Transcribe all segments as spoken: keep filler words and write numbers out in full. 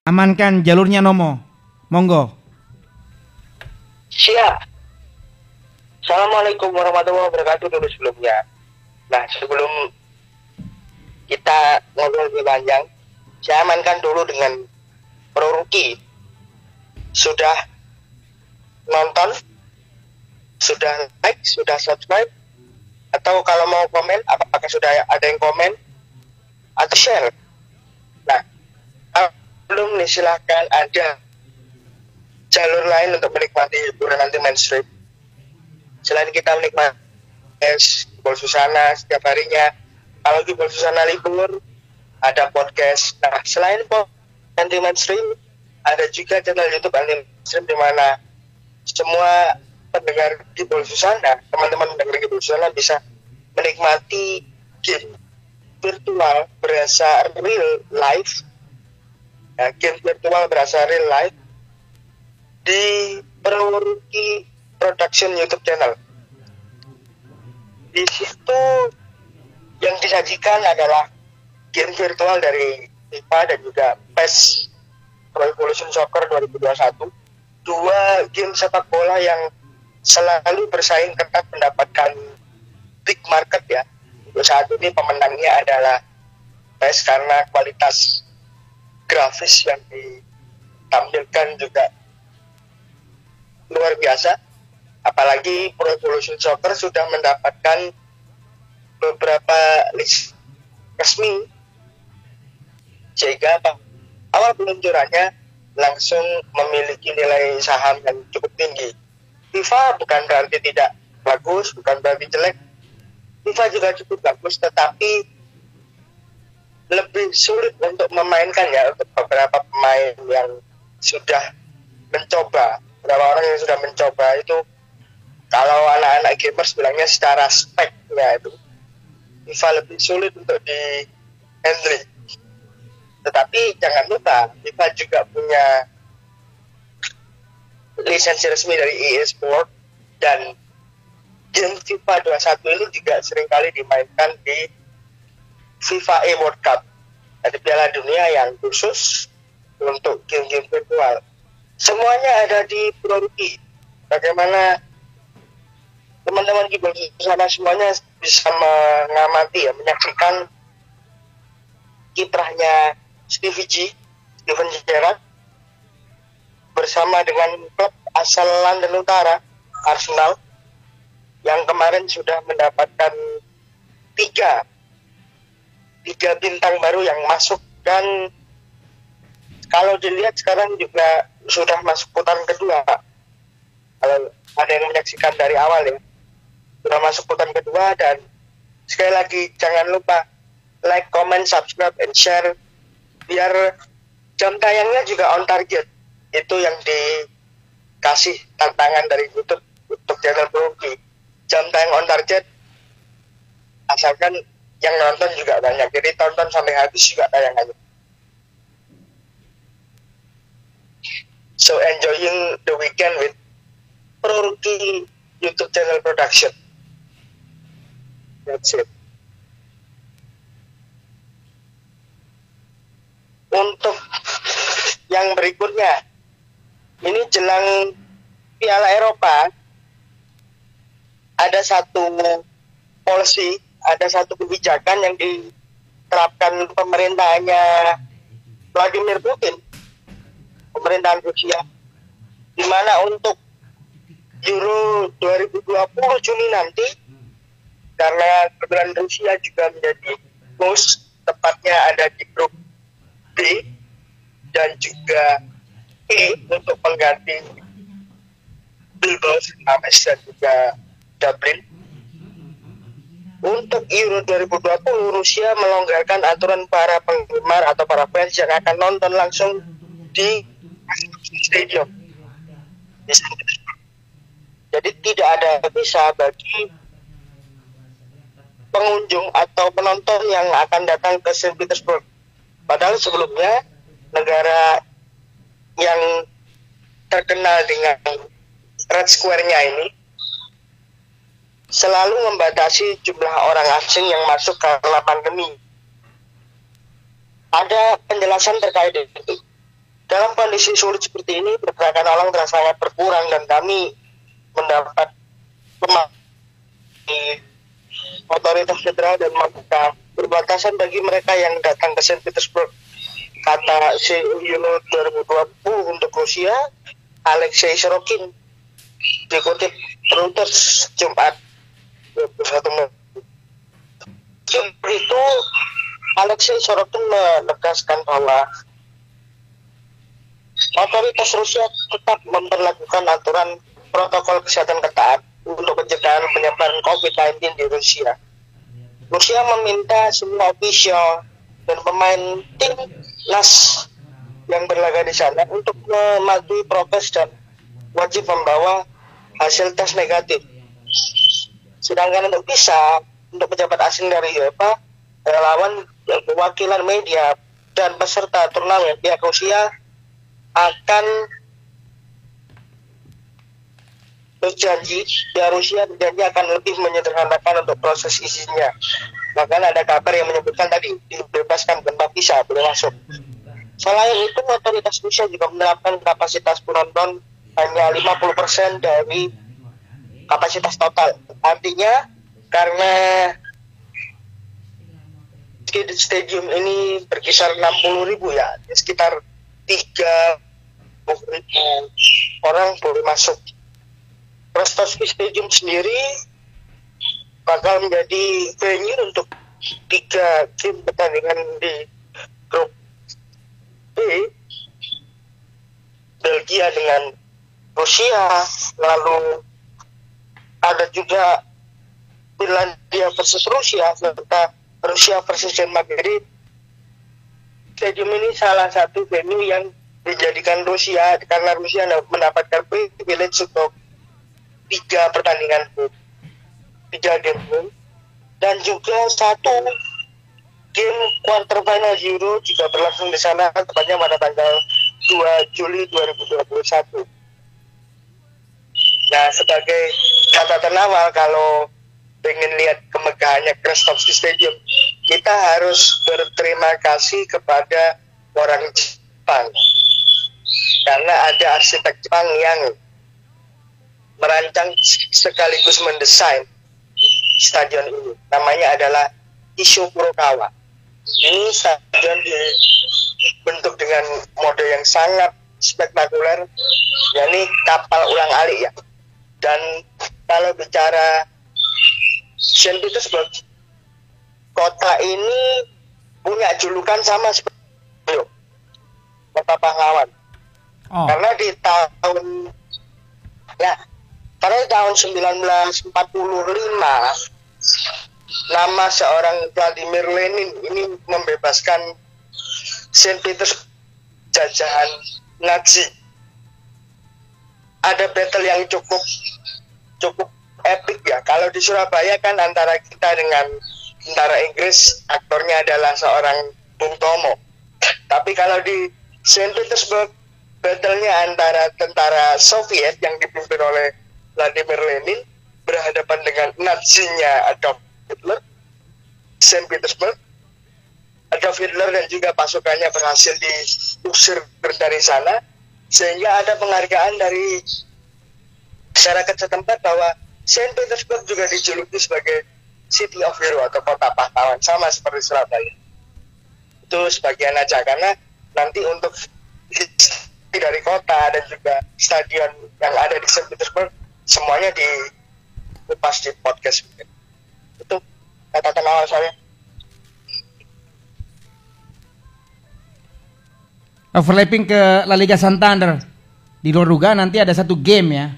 amankan jalurnya Nomo. Monggo. Siap. Assalamualaikum warahmatullahi wabarakatuh dulu sebelumnya. Nah, sebelum kita ngobrol lebih panjang, saya amankan dulu dengan Pro Rookie. Sudah nonton? Sudah like? Sudah subscribe? Atau kalau mau komen, apakah sudah ada yang komen? Atau share? Nah, kalau belum nih silahkan, ada jalur lain untuk menikmati hiburan anti mainstream. Selain kita menikmati Gibol Susana setiap harinya, kalau Gibol Susana libur, ada podcast. Nah, selain podcast anti mainstream, ada juga channel YouTube anti mainstream di mana semua pendengar Gibol Susana, teman-teman pendengar Gibol Susana bisa menikmati game virtual berasa real life, ya, game virtual berasa real life di Pro Rookie Production YouTube channel. Di situ yang disajikan adalah game virtual dari FIFA dan juga P E S Pro Evolution Soccer dua ribu dua puluh satu. Dua game sepak bola yang selalu bersaing ketat mendapatkan big market ya. Untuk saat ini pemenangnya adalah P E S karena kualitas grafis yang ditampilkan juga luar biasa. Apalagi Pro Evolution Soccer sudah mendapatkan beberapa list resmi, sehingga awal peluncurannya langsung memiliki nilai saham yang cukup tinggi. FIFA bukan berarti tidak bagus, bukan berarti jelek. FIFA juga cukup bagus, tetapi lebih sulit untuk memainkan ya untuk beberapa pemain yang sudah mencoba. Beberapa orang yang sudah mencoba itu, kalau anak-anak gamers bilangnya secara speknya itu FIFA lebih sulit untuk di handle. Tetapi jangan lupa FIFA juga punya lisensi resmi dari E A Sport, dan game FIFA dua puluh satu ini juga seringkali dimainkan di FIFA E World Cup, ada Piala Dunia yang khusus untuk game-game virtual. Semuanya ada di Pro Rookie. Bagaimana teman-teman Gibol Susana semuanya bisa mengamati ya, menyaksikan kiprahnya Stevie G, Steven Gerrard bersama dengan klub asal London Utara, Arsenal, yang kemarin sudah mendapatkan tiga tiga bintang baru yang masuk, dan kalau dilihat sekarang juga sudah masuk putaran kedua. Kalau ada yang menyaksikan dari awal ya, sudah masuk putaran kedua. Dan sekali lagi jangan lupa like, comment, subscribe, and share biar jam tayangnya juga on target. Itu yang dikasih tantangan dari YouTube untuk channel Pro Rookie. Jam tayang on target, asalkan yang nonton juga banyak. Jadi tonton sampai habis juga tayangannya. So enjoying the weekend with Pro Rookie YouTube channel production. That's it. Untuk yang berikutnya, ini jelang Piala Eropa, ada satu policy, ada satu kebijakan yang diterapkan pemerintahnya Vladimir Putin, pemerintahan Rusia, di mana untuk Euro dua ribu dua puluh Juni nanti, karena kebetulan Rusia juga menjadi host, tepatnya ada di grup B dan juga E untuk pengganti Bilbao, Ames dan juga Dublin. Untuk Euro dua ribu dua puluh, Rusia melonggarkan aturan para penggemar atau para fans yang akan nonton langsung di stadium. Jadi tidak ada visa bagi pengunjung atau penonton yang akan datang ke Saint Petersburg. Padahal sebelumnya negara yang terkenal dengan Red Square-nya ini selalu membatasi jumlah orang asing yang masuk karena pandemi. Ada penjelasan terkait itu. dalam kondisi sulit seperti ini pergerakan orang terasa sangat berkurang dan kami mendapat pemahaman di otoritas federal dan membuka perbatasan bagi mereka yang datang ke Saint Petersburg, kata C E O Euro dua ribu dua puluh untuk Rusia, Alexei Sorokin, dikutip Reuters Jumat dua puluh satu Mei. Itu Alexei Sorokin menegaskan bahwa otoritas Rusia tetap memperlakukan aturan protokol kesehatan ketat untuk pencegahan penyebaran covid sembilan belas di Rusia. Rusia meminta semua ofisial dan pemain timnas yang berlaga di sana untuk mematuhi prokes dan wajib membawa hasil tes negatif. Sedangkan untuk visa untuk pejabat asing dari UEFA, relawan, perwakilan media dan peserta turnamen, pihak Rusia akan berjanji, ya Rusia berjanji akan lebih menyederhanakan untuk proses isinya. Bahkan ada kabar yang menyebutkan tadi dibebaskan tanpa visa boleh masuk. Selain itu, otoritas Rusia juga menerapkan kapasitas penonton hanya lima puluh persen dari kapasitas total. Artinya karena stadium ini berkisar enam puluh ribu ya, sekitar tiga puluh ribu orang boleh masuk. Rostov Stadium sendiri bakal menjadi venue untuk tiga game pertandingan di grup B, Belgia dengan Rusia, lalu ada juga Finlandia versus Rusia, serta Rusia versus Denmark. Jadi stadium ini salah satu venue yang dijadikan Rusia karena Rusia mendapatkan privilege untuk tiga pertandingan, tiga game, dan juga satu game quarter final Euro juga berlangsung di sana, tepatnya pada tanggal dua Juli dua ribu dua puluh satu. Nah, sebagai catatan awal, kalau pengen lihat kemegahannya Krastovsky Stadium, kita harus berterima kasih kepada orang Jepang, karena ada arsitek Jepang yang merancang sekaligus mendesain stadion ini. Namanya adalah Issho Furukawa. Ini stadion dibentuk dengan mode yang sangat spektakuler, yakni kapal ulang-alik ya. Dan kalau bicara Saint Petersburg, kota ini punya julukan sama seperti kota pahlawan. Oh. Karena di tahun ya Karena di tahun sembilan belas empat puluh lima, nama seorang Vladimir Lenin ini membebaskan Saint Petersburg jajahan Nazi. Ada battle yang cukup cukup epic ya. Kalau di Surabaya kan antara kita dengan tentara Inggris, aktornya adalah seorang Bung Tomo. Tapi kalau di Saint Petersburg, battle-nya antara tentara Soviet yang dipimpin oleh Vladimir Lenin berhadapan dengan Nazi-nya Adolf Hitler. Saint Petersburg, Adolf Hitler dan juga pasukannya berhasil diusir dari sana, sehingga ada penghargaan dari masyarakat setempat bahwa Saint Petersburg juga dijuluki sebagai City of Hero atau kota pahlawan, sama seperti Surabaya. Itu sebagian aja, karena nanti untuk dari kota dan juga stadion yang ada di Saint Petersburg semuanya dikupas di podcast. Itu catatan awal saya. Overlapping ke La Liga Santander. Di luar dugaan nanti ada satu game ya.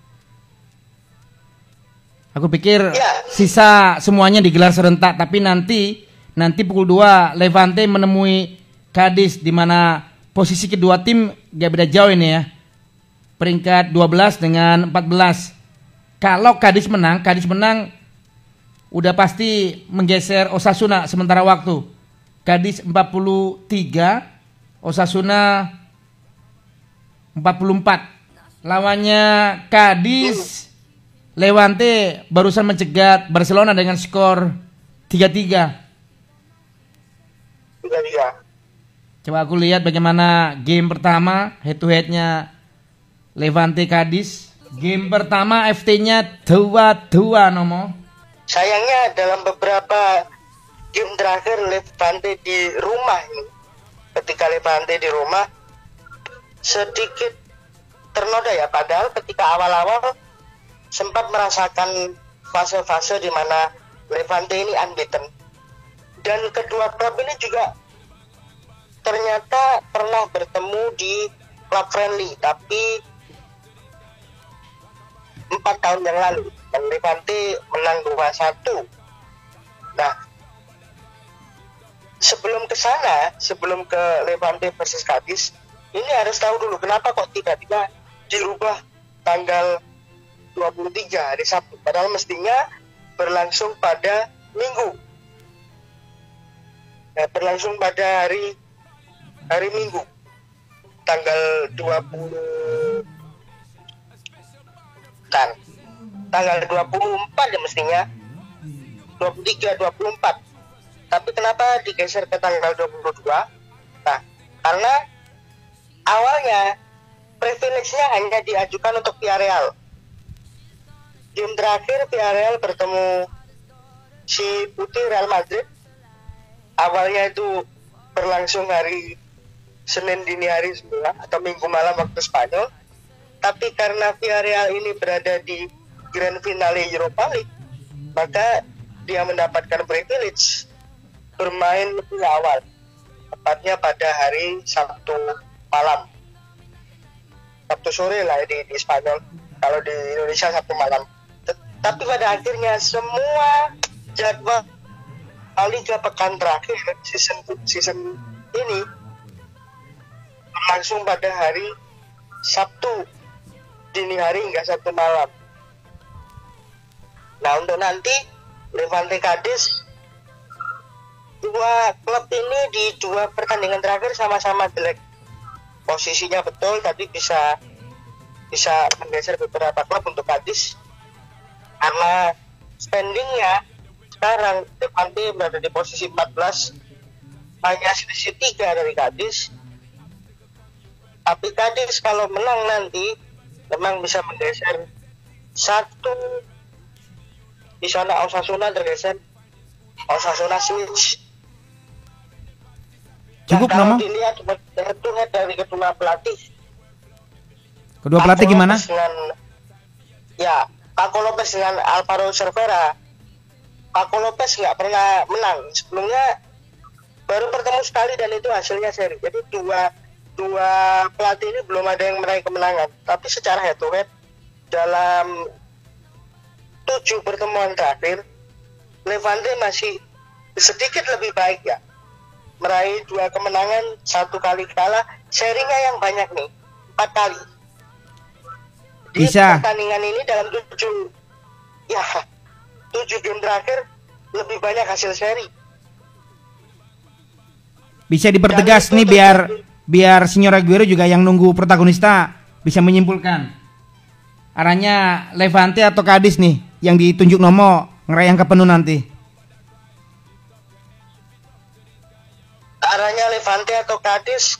Aku pikir ya, sisa semuanya digelar serentak, tapi nanti nanti pukul dua Levante menemui Cadiz, di mana posisi kedua tim gak beda jauh ini ya. Peringkat dua belas dengan empat belas. Kalau Cadiz menang, Cadiz menang udah pasti menggeser Osasuna sementara waktu. Cadiz empat puluh tiga, Osasuna empat puluh empat. Lawannya Cadiz, Levante barusan mencegat Barcelona dengan skor tiga tiga. Coba aku lihat bagaimana game pertama head to headnya Levante Cadiz. Game pertama F T-nya dua dua Nomo. Sayangnya dalam beberapa game terakhir Levante di rumah ini, ketika Levante di rumah sedikit ternoda ya. Padahal ketika awal-awal sempat merasakan fase-fase di mana Levante ini unbeaten. Dan kedua klub ini juga ternyata pernah bertemu di club friendly, tapi empat tahun yang lalu dan Levante menang dua satu. Nah, sebelum ke sana, sebelum ke Levante versus Cadiz, ini harus tahu dulu kenapa kok tiba-tiba dirubah tanggal dua puluh tiga hari Sabtu, padahal mestinya berlangsung pada Minggu. Nah, berlangsung pada hari hari Minggu tanggal dua puluh kan tanggal dua puluh empat ya mestinya, dua puluh tiga dua puluh empat, tapi kenapa digeser ke tanggal dua puluh dua? Nah, karena awalnya privilege-nya hanya diajukan untuk Villarreal. Game terakhir Villarreal bertemu si Putih Real Madrid, awalnya itu berlangsung hari Senin dini hari semula atau Minggu malam waktu Spanyol, tapi karena Villarreal ini berada di Grand Finale Europa League, maka dia mendapatkan privilege bermain lebih awal, tepatnya pada hari Sabtu malam, Sabtu sore lah di, di Spanyol, kalau di Indonesia Sabtu malam. Tapi pada akhirnya semua jadwal Liga pekan terakhir season season ini langsung pada hari Sabtu dini hari hingga Sabtu malam. Nah, untuk nanti Levante Cadiz, dua klub ini di dua pertandingan terakhir sama-sama jelek. Posisinya betul, tadi bisa bisa menggeser beberapa klub untuk Cadiz karena spendingnya sekarang Levante berada di posisi empat belas, hanya selisih tiga dari Cadiz. Tapi Cadiz kalau menang nanti memang bisa menggeser satu, di sana Osasuna tergeser, Osasuna switch. Cukup nah, kalau nama? dilihat head to head dari kedua pelatih, kedua pelatih Paco gimana? Lopez dengan, ya Paco Lopez dengan Alvaro Cervera. Paco Lopez nggak pernah menang sebelumnya, baru bertemu sekali dan itu hasilnya seri. Jadi dua dua pelatih ini belum ada yang meraih kemenangan. Tapi secara head to head dalam tujuh pertemuan terakhir, Levante masih sedikit lebih baik ya, meraih dua kemenangan, satu kali kalah. Serinya yang banyak nih, empat kali. Di Bisa. pertandingan ini dalam tujuh ya tujuh game terakhir lebih banyak hasil seri. Bisa dipertegas nih biar biar Senior Aguero juga yang nunggu protagonista bisa menyimpulkan arahnya Levante atau Cadiz nih yang ditunjuk Nomo ngerayang ke penuh nanti. Arahnya Levante atau Cadiz,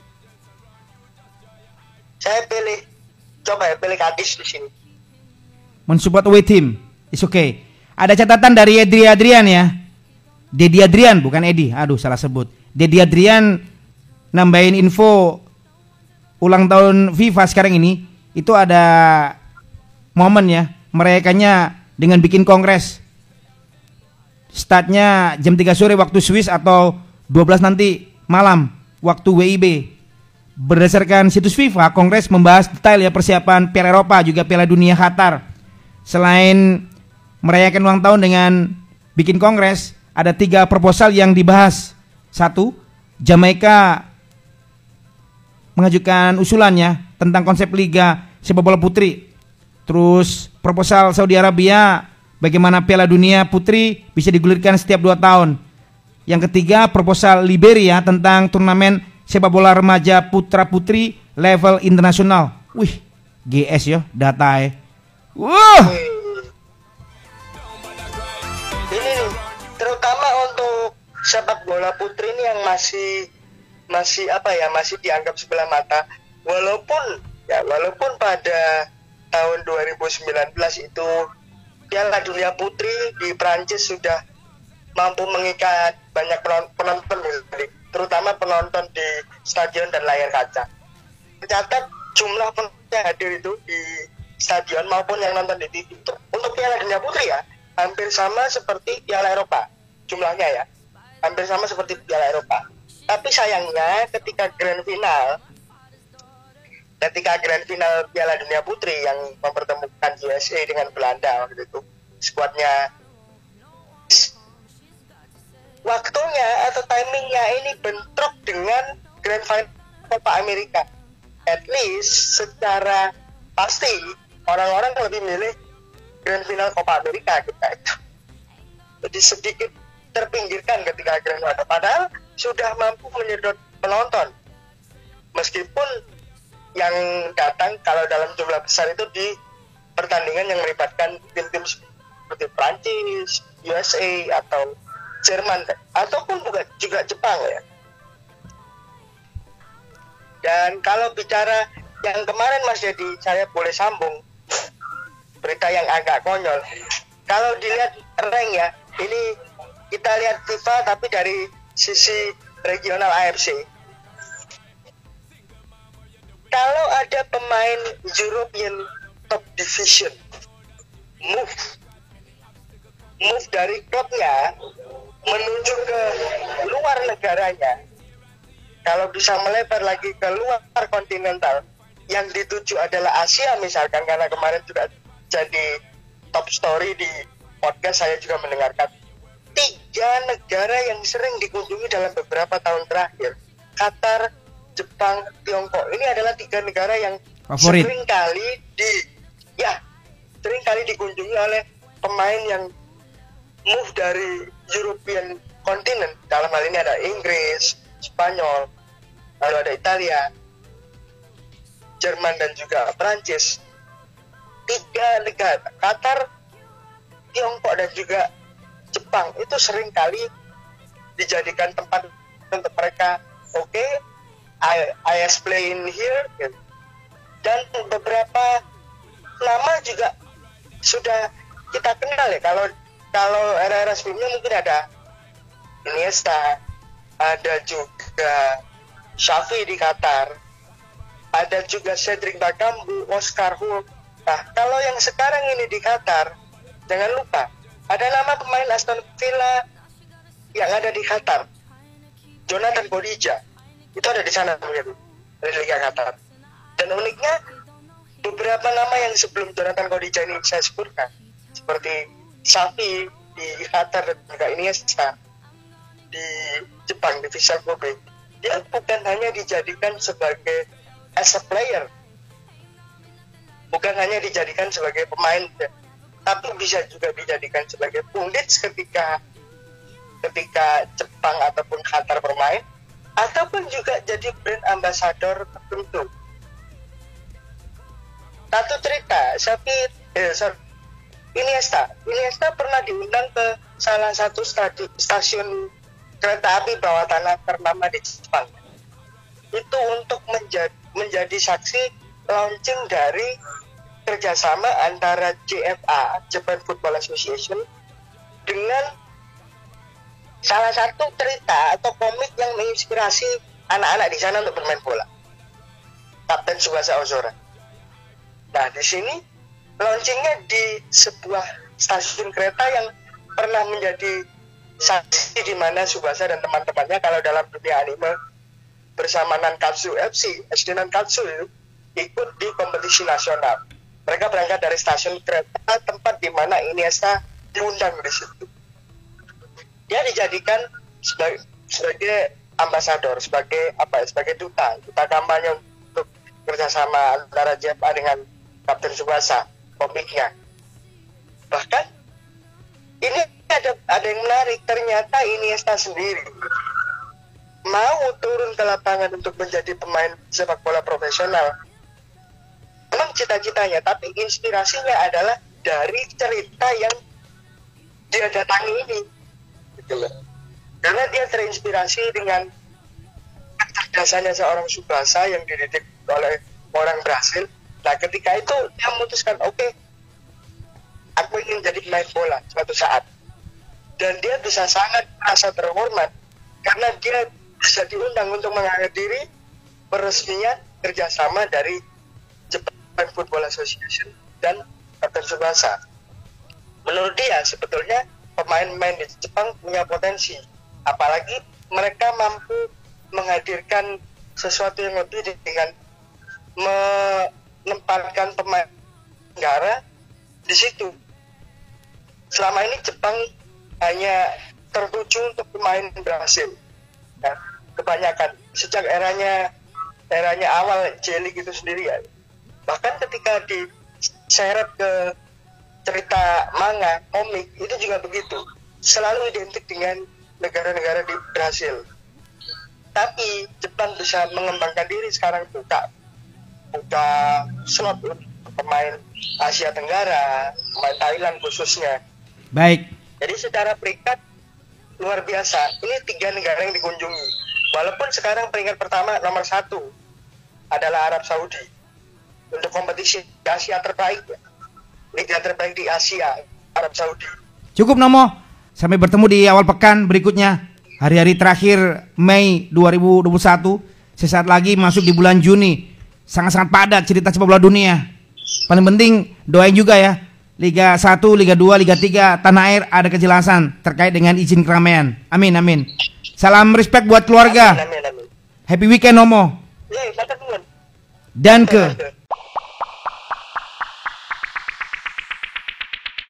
saya pilih coba ya pilih Cadiz di sini. Mensupport away team, is okay. Ada catatan dari Edi Adrian ya. Dedi Adrian bukan Edi, aduh salah sebut. Dedi Adrian nambahin info ulang tahun FIFA sekarang ini, itu ada momen ya, merayakannya dengan bikin kongres. Startnya jam tiga sore waktu Swiss atau dua belas nanti malam waktu W I B. Berdasarkan situs FIFA, kongres membahas detail ya persiapan Piala Eropa juga Piala Dunia Qatar. Selain merayakan ulang tahun dengan bikin kongres, ada tiga proposal yang dibahas. Satu, Jamaika mengajukan usulannya tentang konsep Liga Sepak Bola Putri. Terus proposal Saudi Arabia bagaimana Piala Dunia Putri bisa digulirkan setiap dua tahun. Yang ketiga, proposal Liberia tentang turnamen sepak bola remaja putra putri level internasional. Wih, G S yo data eh. Wah. Ini nih, terutama untuk sepak bola putri ini yang masih masih apa ya masih dianggap sebelah mata, walaupun ya walaupun pada tahun dua ribu sembilan belas itu Piala Dunia Putri di Prancis sudah mampu mengikat banyak penonton, terutama penonton di stadion dan layar kaca. Tercatat jumlah penonton yang hadir itu di stadion maupun yang nonton di T V itu untuk Piala Dunia Putri ya hampir sama seperti Piala Eropa jumlahnya ya, hampir sama seperti Piala Eropa. Tapi sayangnya ketika grand final ketika grand final Piala Dunia Putri yang mempertemukan U S A dengan Belanda waktu itu, skuadnya waktunya atau timingnya ini bentrok dengan grand final Copa America. At least secara pasti orang-orang lebih milih grand final Copa America kita itu. Jadi sedikit terpinggirkan ketika grand final, padahal sudah mampu menyedot penonton. Meskipun yang datang kalau dalam jumlah besar itu di pertandingan yang melibatkan tim-tim seperti Prancis, U S A atau Jerman ataupun juga, juga Jepang ya. Dan kalau bicara yang kemarin Mas Dedi, saya boleh sambung berita yang agak konyol. Kalau dilihat rank ya, ini kita lihat FIFA tapi dari sisi regional A F C. Kalau ada pemain European Top Division move move dari klubnya menuju ke luar negaranya, kalau bisa melebar lagi ke luar kontinental, yang dituju adalah Asia misalkan, karena kemarin juga jadi top story di podcast saya juga mendengarkan tiga negara yang sering dikunjungi dalam beberapa tahun terakhir, Qatar, Jepang, Tiongkok. Ini adalah tiga negara yang favorit. sering kali di ya sering kali dikunjungi oleh pemain yang move dari European continent. Dalam hal ini ada Inggris, Spanyol, lalu ada Italia, Jerman dan juga Prancis. Tiga negara, Qatar, Tiongkok dan juga Jepang, itu sering kali dijadikan tempat untuk mereka. Oke, okay, I, I play in here, dan beberapa nama juga sudah kita kenal ya. Kalau kalau era-era sebelumnya mungkin ada Iniesta, ada juga Xavi di Qatar, ada juga Cedric Bakambu, Oscar Hulk. Nah, kalau yang sekarang ini di Qatar, jangan lupa ada nama pemain Aston Villa yang ada di Qatar, Jonathan Kodija. Itu ada di sana mungkin dari Liga Qatar. Dan uniknya beberapa nama yang sebelum Jonathan Kodija ini saya sebutkan, seperti Xavi di Qatar dan juga Iniesta di Jepang, di Vissel Kobe, dia bukan hanya dijadikan sebagai as a player, bukan hanya dijadikan sebagai pemain, tapi bisa juga dijadikan sebagai pundit ketika ketika Jepang ataupun Qatar bermain, ataupun juga jadi brand ambassador tertentu. Satu cerita, Xavi, eh, sorry, Iniesta, Iniesta pernah diundang ke salah satu stadi, stasiun kereta api bawah tanah ternama di Jepang. Itu untuk menjadi, menjadi saksi launching dari kerjasama antara J F A, Japan Football Association, dengan salah satu cerita atau komik yang menginspirasi anak-anak di sana untuk bermain bola, Kapten Tsubasa Ozora. Nah, di sini launchingnya di sebuah stasiun kereta yang pernah menjadi saksi di mana Tsubasa dan teman-temannya, kalau dalam dunia anime, bersama Nankatsu F C, S D Nankatsu, ikut di kompetisi nasional. Mereka berangkat dari stasiun kereta, tempat di mana Iniesta diundang di situ. Dia dijadikan sebagai, sebagai ambasador, sebagai apa? Sebagai duta, duta kampanye untuk kerjasama antara J F A dengan Kapten Tsubasa, komiknya. Bahkan ini ada ada yang menarik, ternyata Iniesta sendiri mau turun ke lapangan untuk menjadi pemain sepak bola profesional. Memang cita-citanya, tapi inspirasinya adalah dari cerita yang dia datangi ini. Karena dia terinspirasi dengan biasanya seorang Tsubasa yang dididik oleh orang Brasil. Nah ketika itu dia memutuskan, oke, okay, aku ingin jadi pemain bola suatu saat. Dan dia bisa sangat merasa terhormat karena dia bisa diundang untuk menghadiri peresmian kerjasama dari Japan Football Association dan Kapten Tsubasa. Menurut dia sebetulnya pemain-pemain di Jepang punya potensi, apalagi mereka mampu menghadirkan sesuatu yang lebih dengan menempatkan pemain negara di situ. Selama ini Jepang hanya tertuju untuk pemain Brasil, ya, kebanyakan sejak eranya eranya awal J-League itu sendiri ya. Bahkan ketika diseret ke cerita manga, komik itu juga begitu, selalu identik dengan negara-negara di Brasil. Tapi Jepang bisa mengembangkan diri sekarang, buka buka slot untuk pemain Asia Tenggara, pemain Thailand khususnya. Baik. Jadi secara peringkat luar biasa. Ini tiga negara yang dikunjungi. Walaupun sekarang peringkat pertama nomor satu adalah Arab Saudi untuk kompetisi Asia terbaik, liga terbaik di Asia, Arab Saudi. Cukup Nomo. Sampai bertemu di awal pekan berikutnya. Hari-hari terakhir Mei dua ribu dua puluh satu. Sesaat lagi masuk di bulan Juni. Sangat-sangat padat cerita sepak bola dunia. Paling penting doain juga ya, Liga satu, Liga dua, Liga tiga tanah air ada kejelasan terkait dengan izin keramaian. Amin, amin. Salam respect buat keluarga. Amin, amin, amin. Happy weekend Nomo. Ya, Dan ke